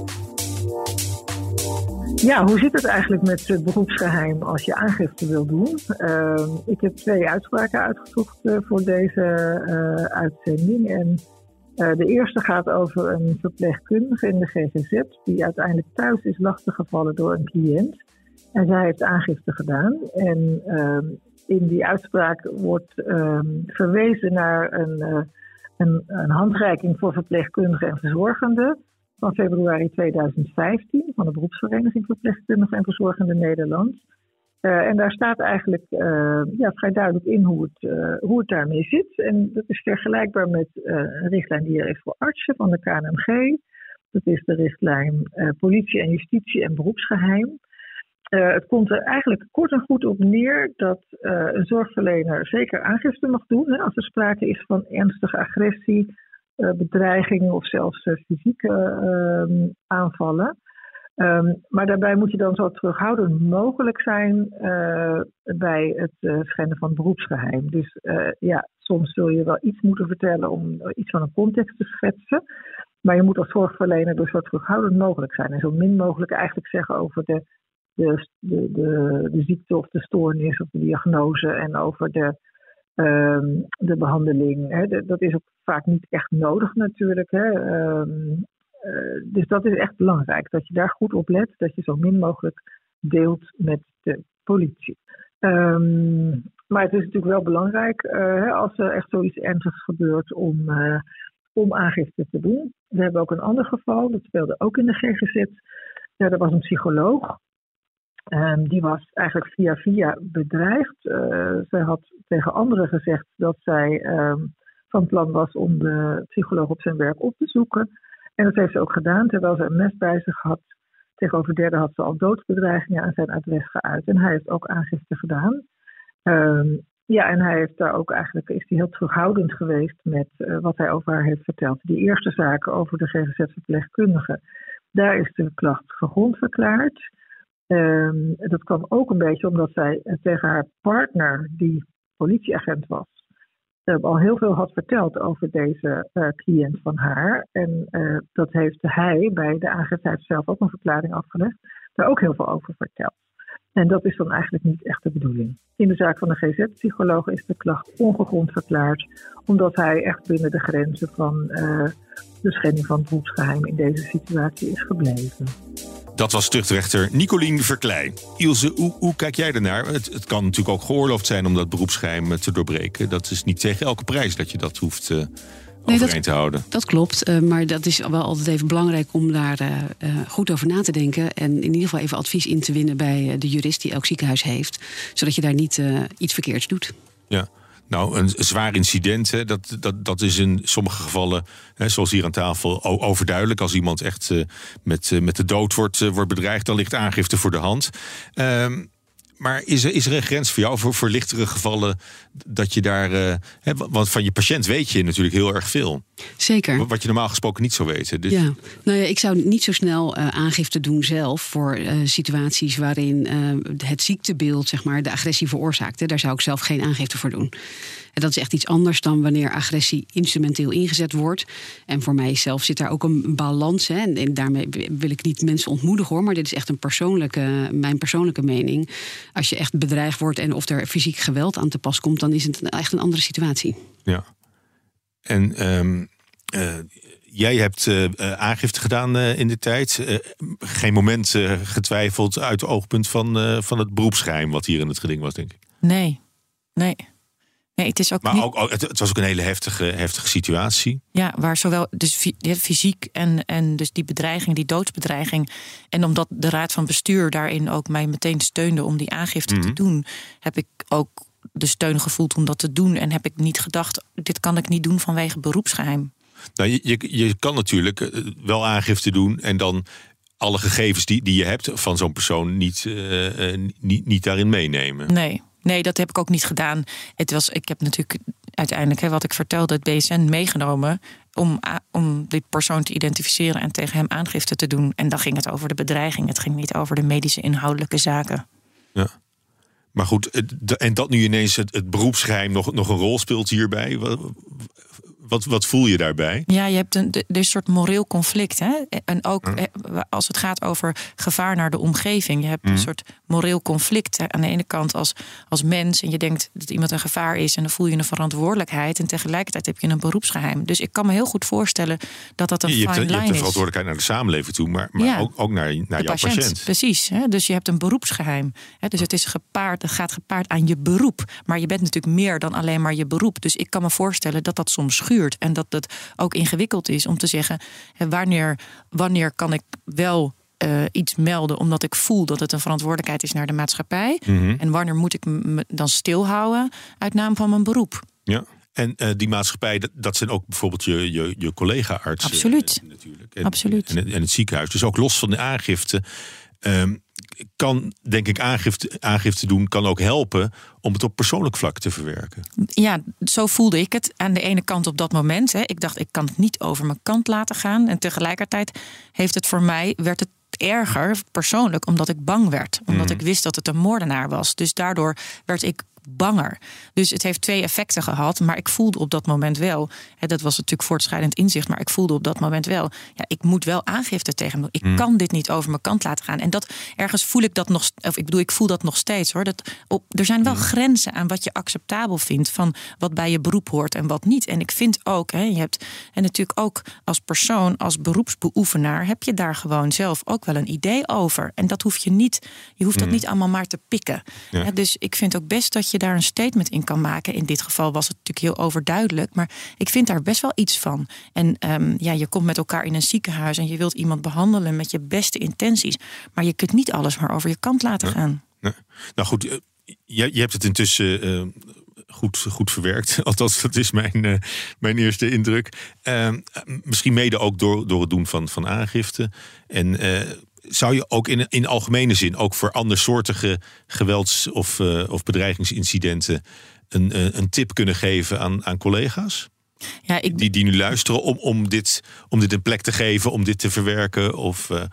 Speaker 4: Ja, hoe zit het eigenlijk met het beroepsgeheim als je aangifte wil doen? Uh, ik heb twee uitspraken uitgezocht uh, voor deze uh, uitzending. En uh, de eerste gaat over een verpleegkundige in de G G Z die uiteindelijk thuis is lastiggevallen door een cliënt. En zij heeft aangifte gedaan. En uh, in die uitspraak wordt uh, verwezen naar een, uh, een, een handreiking voor verpleegkundigen en verzorgenden van februari tweeduizend vijftien van de beroepsvereniging Verpleegkundigen en Verzorgenden Nederland. Uh, en daar staat eigenlijk uh, ja, vrij duidelijk in hoe het, uh, hoe het daarmee zit. En dat is vergelijkbaar met uh, een richtlijn die er is voor artsen van de K N M G. Dat is de richtlijn uh, politie en justitie en beroepsgeheim. Uh, het komt er eigenlijk kort en goed op neer dat uh, een zorgverlener zeker aangifte mag doen, hè, als er sprake is van ernstige agressie, Uh, bedreigingen of zelfs uh, fysieke uh, aanvallen. Um, maar daarbij moet je dan zo terughoudend mogelijk zijn uh, bij het uh, schenden van het beroepsgeheim. Dus uh, ja, soms zul je wel iets moeten vertellen om iets van een context te schetsen. Maar je moet als zorgverlener dus zo terughoudend mogelijk zijn. En zo min mogelijk eigenlijk zeggen over de, de, de, de, de ziekte of de stoornis of de diagnose en over de Um, de behandeling. Hè, de, dat is ook vaak niet echt nodig natuurlijk. Hè. Um, uh, dus dat is echt belangrijk. Dat je daar goed op let. Dat je zo min mogelijk deelt met de politie. Um, maar het is natuurlijk wel belangrijk uh, hè, als er echt zoiets ernstigs gebeurt om, uh, om aangifte te doen. We hebben ook een ander geval. Dat speelde ook in de G G Z. Ja, er was een psycholoog. Um, die was eigenlijk via via bedreigd. Uh, zij had tegen anderen gezegd dat zij um, van plan was om de psycholoog op zijn werk op te zoeken. En dat heeft ze ook gedaan, terwijl ze een mes bij zich had. Tegenover derden had ze al doodsbedreigingen aan zijn adres geuit. En hij heeft ook aangifte gedaan. Um, ja, en hij heeft daar ook eigenlijk, is hij heel terughoudend geweest met uh, wat hij over haar heeft verteld. Die eerste zaken over de G G Z-verpleegkundige, daar is de klacht gegrond verklaard. Um, dat kwam ook een beetje omdat zij tegen haar partner, die politieagent was, uh, al heel veel had verteld over deze uh, cliënt van haar. En uh, dat heeft hij bij de aangifte, hij heeft zelf ook een verklaring afgelegd, daar ook heel veel over verteld. En dat is dan eigenlijk niet echt de bedoeling. In de zaak van de G Z-psycholoog is de klacht ongegrond verklaard, omdat hij echt binnen de grenzen van uh, de schending van het beroepsgeheim in deze situatie is gebleven.
Speaker 1: Dat was tuchtrechter Nicolien Verkleij. Ilse, hoe, hoe kijk jij ernaar? Het, het kan natuurlijk ook geoorloofd zijn om dat beroepsgeheim te doorbreken. Dat is niet tegen elke prijs dat je dat hoeft uh, overeind
Speaker 2: nee, dat,
Speaker 1: te houden.
Speaker 2: Dat klopt, uh, maar dat is wel altijd even belangrijk om daar uh, uh, goed over na te denken. En in ieder geval even advies in te winnen bij uh, de jurist die elk ziekenhuis heeft. Zodat je daar niet uh, iets verkeerds doet.
Speaker 1: Ja. Nou, een zwaar incident, hè, dat, dat, dat is in sommige gevallen, hè, zoals hier aan tafel, overduidelijk. Als iemand echt uh, met, uh, met de dood wordt, uh, wordt bedreigd, dan ligt aangifte voor de hand. Um, maar is er, is er een grens voor jou voor, voor lichtere gevallen dat je daar... Uh, hè, want van je patiënt weet je natuurlijk heel erg veel.
Speaker 2: Zeker.
Speaker 1: Wat je normaal gesproken niet zou weten. Dus...
Speaker 2: Ja, nou ja, ik zou niet zo snel uh, aangifte doen zelf voor uh, situaties waarin uh, het ziektebeeld, zeg maar, de agressie veroorzaakt. Hè. Daar zou ik zelf geen aangifte voor doen. En dat is echt iets anders dan wanneer agressie instrumenteel ingezet wordt. En voor mijzelf zit daar ook een balans. Hè. En, en daarmee wil ik niet mensen ontmoedigen, hoor. Maar dit is echt een persoonlijke, mijn persoonlijke mening. Als je echt bedreigd wordt en of er fysiek geweld aan te pas komt, dan is het echt een andere situatie.
Speaker 1: Ja. En um, uh, jij hebt uh, aangifte gedaan uh, in de tijd. Uh, geen moment uh, getwijfeld uit het oogpunt van, uh, van het beroepsgeheim wat hier in het geding was, denk ik.
Speaker 3: Nee, nee. Nee, het is ook
Speaker 1: maar
Speaker 3: niet...
Speaker 1: ook, het, het was ook een hele heftige, heftige situatie.
Speaker 3: Ja, waar zowel dus fysiek en, en dus die bedreiging, die doodsbedreiging. En omdat de raad van bestuur daarin ook mij meteen steunde om die aangifte mm-hmm. te doen, heb ik ook de steun gevoeld om dat te doen. En heb ik niet gedacht, dit kan ik niet doen vanwege beroepsgeheim.
Speaker 1: Nou, je, je, je kan natuurlijk wel aangifte doen en dan alle gegevens die, die je hebt van zo'n persoon niet, uh, uh, niet, niet daarin meenemen.
Speaker 3: Nee. Nee, dat heb ik ook niet gedaan. Het was, ik heb natuurlijk uiteindelijk, hè, wat ik vertelde, het B S N meegenomen om, om die persoon te identificeren en tegen hem aangifte te doen. En dan ging het over de bedreiging. Het ging niet over de medische inhoudelijke zaken.
Speaker 1: Ja. Maar goed, en dat nu ineens het, het beroepsgeheim nog, nog een rol speelt hierbij. Wat, wat, wat voel je daarbij?
Speaker 3: Ja, je hebt een, de, de soort moreel conflict. Hè? En ook ja. als het gaat over gevaar naar de omgeving. Je hebt mm. een soort moreel conflict. Hè? Aan de ene kant als, als mens. En je denkt dat iemand een gevaar is. En dan voel je een verantwoordelijkheid. En tegelijkertijd heb je een beroepsgeheim. Dus ik kan me heel goed voorstellen dat dat een
Speaker 1: je
Speaker 3: fine
Speaker 1: hebt,
Speaker 3: line is.
Speaker 1: Je hebt de verantwoordelijkheid naar de samenleving toe. Maar, maar ja. ook, ook naar, naar jouw patiënt. patiënt.
Speaker 3: Precies. Hè? Dus je hebt een beroepsgeheim. Hè? Dus het is gepaard, het gaat gepaard aan je beroep. Maar je bent natuurlijk meer dan alleen maar je beroep. Dus ik kan me voorstellen dat dat soms schuurt. En dat het ook ingewikkeld is om te zeggen, wanneer, wanneer kan ik wel uh, iets melden omdat ik voel dat het een verantwoordelijkheid is naar de maatschappij. Mm-hmm. En wanneer moet ik me dan stilhouden uit naam van mijn beroep.
Speaker 1: Ja. En uh, die maatschappij, dat, dat zijn ook bijvoorbeeld je, je, je collega-artsen.
Speaker 3: Absoluut.
Speaker 1: Uh, natuurlijk. En,
Speaker 3: Absoluut.
Speaker 1: En, en het ziekenhuis. Dus ook los van de aangifte. Um, kan, denk ik, aangifte, aangifte doen, kan ook helpen om het op persoonlijk vlak te verwerken.
Speaker 3: Ja, zo voelde ik het aan de ene kant op dat moment. Hè. Ik dacht, ik kan het niet over mijn kant laten gaan. En tegelijkertijd heeft het voor mij, werd het erger persoonlijk, omdat ik bang werd. Omdat mm. ik wist dat het een moordenaar was. Dus daardoor werd ik banger. Dus het heeft twee effecten gehad. Maar ik voelde op dat moment wel, hè, dat was natuurlijk voortschrijdend inzicht, maar ik voelde op dat moment wel, ja, ik moet wel aangifte tegen hem. Ik mm. kan dit niet over mijn kant laten gaan. En dat ergens voel ik dat nog, of ik bedoel, ik voel dat nog steeds, hoor. Dat op, er zijn wel mm. grenzen aan wat je acceptabel vindt van wat bij je beroep hoort en wat niet. En ik vind ook, hè, je hebt, en natuurlijk ook als persoon, als beroepsbeoefenaar, heb je daar gewoon zelf ook wel een idee over. En dat hoef je niet, je hoeft mm. dat niet allemaal maar te pikken. Ja. Ja, dus ik vind ook best dat je daar een statement in kan maken. In dit geval was het natuurlijk heel overduidelijk, maar ik vind daar best wel iets van. En um, ja, je komt met elkaar in een ziekenhuis en je wilt iemand behandelen met je beste intenties, maar je kunt niet alles maar over je kant laten
Speaker 1: ja.
Speaker 3: gaan.
Speaker 1: Ja. Nou goed, je, je hebt het intussen uh, goed, goed verwerkt. Althans, dat is mijn, uh, mijn eerste indruk. Uh, misschien mede ook door, door het doen van, van aangifte. En uh, zou je ook in, in algemene zin, ook voor andersoortige gewelds- of, uh, of bedreigingsincidenten, een, uh, een tip kunnen geven aan, aan collega's?
Speaker 3: Ja, ik...
Speaker 1: die, die nu luisteren om, om, dit, om dit een plek te geven, om dit te verwerken? Of uh,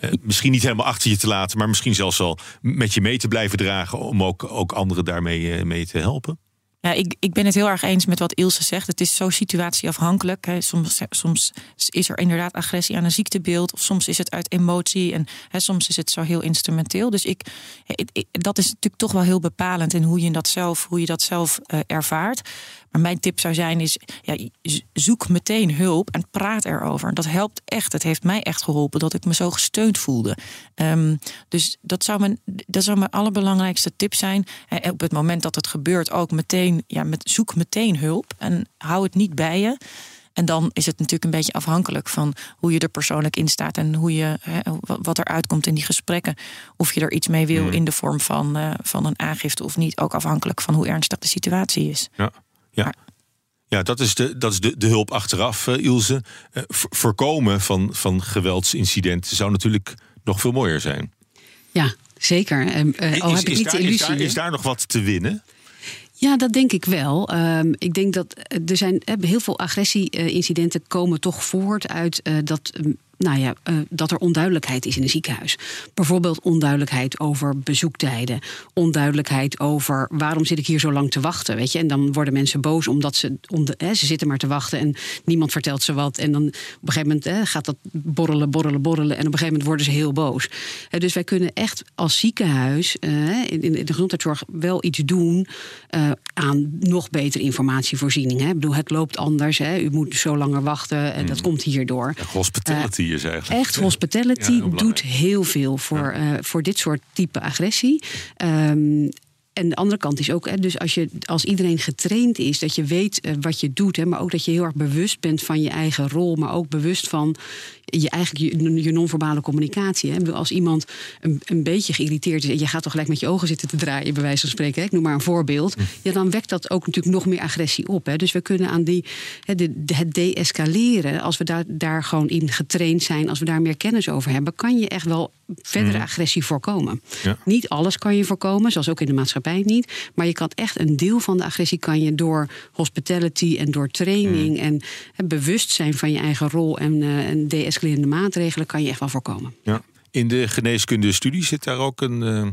Speaker 1: Uh, misschien niet helemaal achter je te laten, maar misschien zelfs wel met je mee te blijven dragen om ook, ook anderen daarmee uh, mee te helpen?
Speaker 3: Ja, ik, ik ben het heel erg eens met wat Ilse zegt. Het is zo situatieafhankelijk. Hè. Soms, soms is er inderdaad agressie aan een ziektebeeld. Of soms is het uit emotie. En hè, soms is het zo heel instrumenteel. Dus ik, ik, ik, dat is natuurlijk toch wel heel bepalend in hoe je dat zelf, hoe je dat zelf uh, ervaart. Maar mijn tip zou zijn is, ja, zoek meteen hulp en praat erover. Dat helpt echt. Het heeft mij echt geholpen dat ik me zo gesteund voelde. Um, dus dat zou, mijn, dat zou mijn allerbelangrijkste tip zijn. En op het moment dat het gebeurt ook meteen, ja, met, zoek meteen hulp. En hou het niet bij je. En dan is het natuurlijk een beetje afhankelijk van hoe je er persoonlijk in staat en hoe je, hè, wat er uitkomt in die gesprekken. Of je er iets mee wil mm. in de vorm van, uh, van een aangifte of niet. Ook afhankelijk van hoe ernstig de situatie is.
Speaker 1: Ja. Ja, ja dat is de, dat is de, de hulp achteraf, uh, Ilse. Uh, v- voorkomen van, van geweldsincidenten zou natuurlijk nog veel mooier zijn.
Speaker 2: Ja, zeker. Uh, uh, al
Speaker 1: is,
Speaker 2: heb ik
Speaker 1: is
Speaker 2: niet
Speaker 1: daar,
Speaker 2: de illusie.
Speaker 1: Is daar, is daar nog wat te winnen?
Speaker 2: Ja, dat denk ik wel. Um, ik denk dat er zijn heel veel agressie-incidenten komen toch voort uit uh, dat. Um, Nou ja, uh, dat er onduidelijkheid is in een ziekenhuis. Bijvoorbeeld onduidelijkheid over bezoektijden. Onduidelijkheid over waarom zit ik hier zo lang te wachten. Weet je? En dan worden mensen boos omdat ze, om de, hè, ze zitten maar te wachten en niemand vertelt ze wat. En dan op een gegeven moment hè, gaat dat borrelen, borrelen, borrelen. En op een gegeven moment worden ze heel boos. Uh, dus wij kunnen echt als ziekenhuis uh, in, in de gezondheidszorg wel iets doen uh, aan nog betere informatievoorziening. Hè. Ik bedoel, het loopt anders. Hè. U moet zo langer wachten en mm. dat komt hierdoor.
Speaker 1: Ja, hospitality. Uh,
Speaker 2: Echt, hospitality ja, doet heel veel voor, ja. uh, voor dit soort type agressie. Um, En de andere kant is ook, hè, dus als, je, als iedereen getraind is, dat je weet uh, wat je doet, hè, maar ook dat je heel erg bewust bent van je eigen rol, maar ook bewust van je, eigenlijk je, je non-verbale communicatie. Hè. Als iemand een, een beetje geïrriteerd is en je gaat toch gelijk met je ogen zitten te draaien, bij wijze van spreken, hè, ik noem maar een voorbeeld, ja, dan wekt dat ook natuurlijk nog meer agressie op. Hè. Dus we kunnen aan die, hè, de, de, het de-escaleren, als we daar, daar gewoon in getraind zijn, als we daar meer kennis over hebben, kan je echt wel verdere mm. agressie voorkomen. Ja. Niet alles kan je voorkomen, zoals ook in de maatschappij niet. Maar je kan echt een deel van de agressie kan je door hospitality en door training mm. en het bewustzijn van je eigen rol en, uh, en de-escalerende maatregelen kan je echt wel voorkomen.
Speaker 1: Ja. In de geneeskundestudie zit daar ook een. Uh,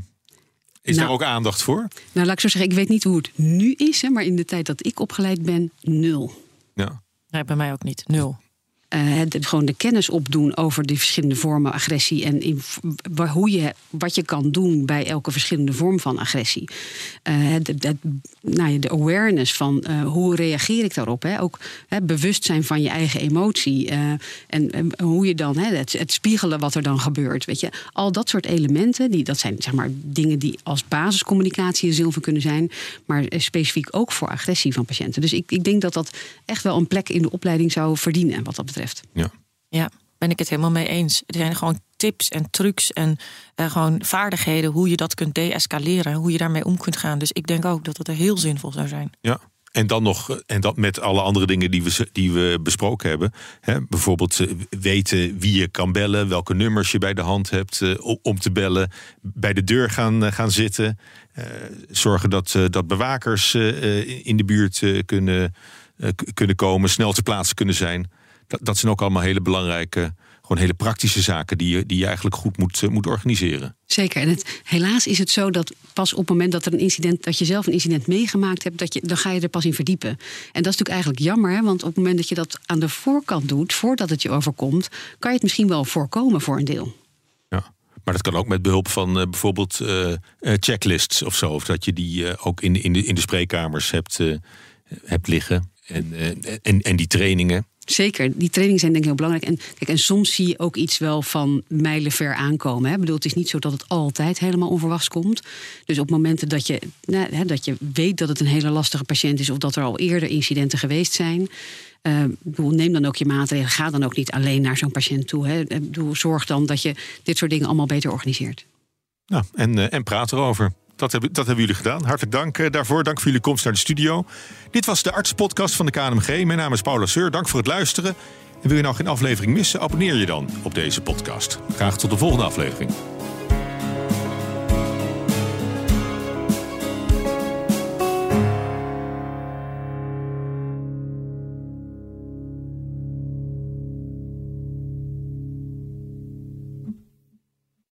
Speaker 1: is nou, daar ook aandacht voor?
Speaker 2: Nou, laat ik zo zeggen, ik weet niet hoe het nu is, hè, maar in de tijd dat ik opgeleid ben, nul.
Speaker 1: Ja.
Speaker 3: Nee, bij mij ook niet, nul.
Speaker 2: Uh, de, gewoon de kennis opdoen over die verschillende vormen agressie en in, hoe je, wat je kan doen bij elke verschillende vorm van agressie. Uh, de, de, nou ja, de awareness van uh, hoe reageer ik daarop. Hè? Ook hè, bewustzijn van je eigen emotie. Uh, en, en hoe je dan, hè, het, het spiegelen wat er dan gebeurt. Weet je? Al dat soort elementen, die, dat zijn zeg maar, dingen die als basiscommunicatie een zilver kunnen zijn, maar specifiek ook voor agressie van patiënten. Dus ik, ik denk dat dat echt wel een plek in de opleiding zou verdienen wat dat betreft.
Speaker 1: Ja.
Speaker 3: ja, ben ik het helemaal mee eens. Er zijn gewoon tips en trucs en uh, gewoon vaardigheden hoe je dat kunt de-escaleren, hoe je daarmee om kunt gaan. Dus ik denk ook dat het er heel zinvol zou zijn.
Speaker 1: Ja. En dan nog, en dat met alle andere dingen die we, die we besproken hebben. Hè, bijvoorbeeld weten wie je kan bellen, welke nummers je bij de hand hebt uh, om te bellen. Bij de deur gaan, uh, gaan zitten. Uh, zorgen dat, uh, dat bewakers uh, in de buurt uh, kunnen, uh, kunnen komen, snel te plaatsen kunnen zijn. Dat, dat zijn ook allemaal hele belangrijke, gewoon hele praktische zaken die je, die je eigenlijk goed moet, uh, moet organiseren.
Speaker 2: Zeker. En het, helaas is het zo dat pas op het moment dat er een incident, dat je zelf een incident meegemaakt hebt, dat je, dan ga je er pas in verdiepen. En dat is natuurlijk eigenlijk jammer, hè, want op het moment dat je dat aan de voorkant doet, voordat het je overkomt, kan je het misschien wel voorkomen voor een deel.
Speaker 1: Ja. Maar dat kan ook met behulp van uh, bijvoorbeeld uh, uh, checklists of zo. Of dat je die uh, ook in, in, de, in de spreekkamers hebt, uh, hebt liggen. En, uh, en, en die trainingen.
Speaker 2: Zeker, die trainingen zijn denk ik heel belangrijk. En, kijk, en soms zie je ook iets wel van mijlenver aankomen. Hè. Ik bedoel, het is niet zo dat het altijd helemaal onverwachts komt. Dus op momenten dat je, nou, hè, dat je weet dat het een hele lastige patiënt is, of dat er al eerder incidenten geweest zijn. Uh, bedoel, neem dan ook je maatregelen. Ga dan ook niet alleen naar zo'n patiënt toe. Hè. Bedoel, zorg dan dat je dit soort dingen allemaal beter organiseert.
Speaker 1: Nou, en, uh, en praat erover. Dat hebben, dat hebben jullie gedaan. Hartelijk dank uh, daarvoor. Dank voor jullie komst naar de studio. Dit was de artsenpodcast van de K N M G. Mijn naam is Paula Seur. Dank voor het luisteren. En wil je nou geen aflevering missen? Abonneer je dan op deze podcast. Graag tot de volgende aflevering.